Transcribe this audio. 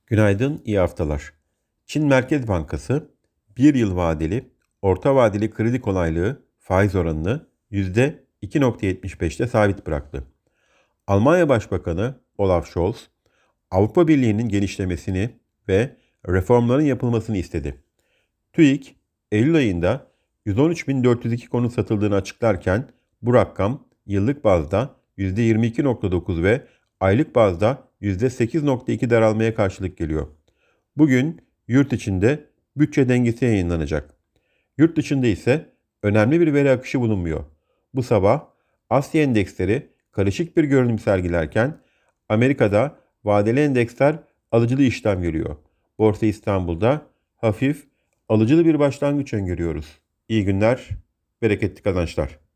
Günaydın, iyi haftalar. Çin Merkez Bankası 1 yıl vadeli, orta vadeli kredi kolaylığı faiz oranını %2,75'te sabit bıraktı. Almanya Başbakanı Olaf Scholz, Avrupa Birliği'nin genişlemesini ve reformların yapılmasını istedi. TÜİK, Eylül ayında 113.402 konut satıldığını açıklarken bu rakam yıllık bazda %22,9 ve aylık bazda %8,2 daralmaya karşılık geliyor. Bugün yurt içinde bütçe dengesi yayınlanacak. Yurt dışında ise önemli bir veri akışı bulunmuyor. Bu sabah Asya endeksleri karışık bir görünüm sergilerken Amerika'da vadeli endeksler alıcılı işlem görüyor. Borsa İstanbul'da hafif alıcılı bir başlangıç öngörüyoruz. İyi günler, bereketli kazançlar.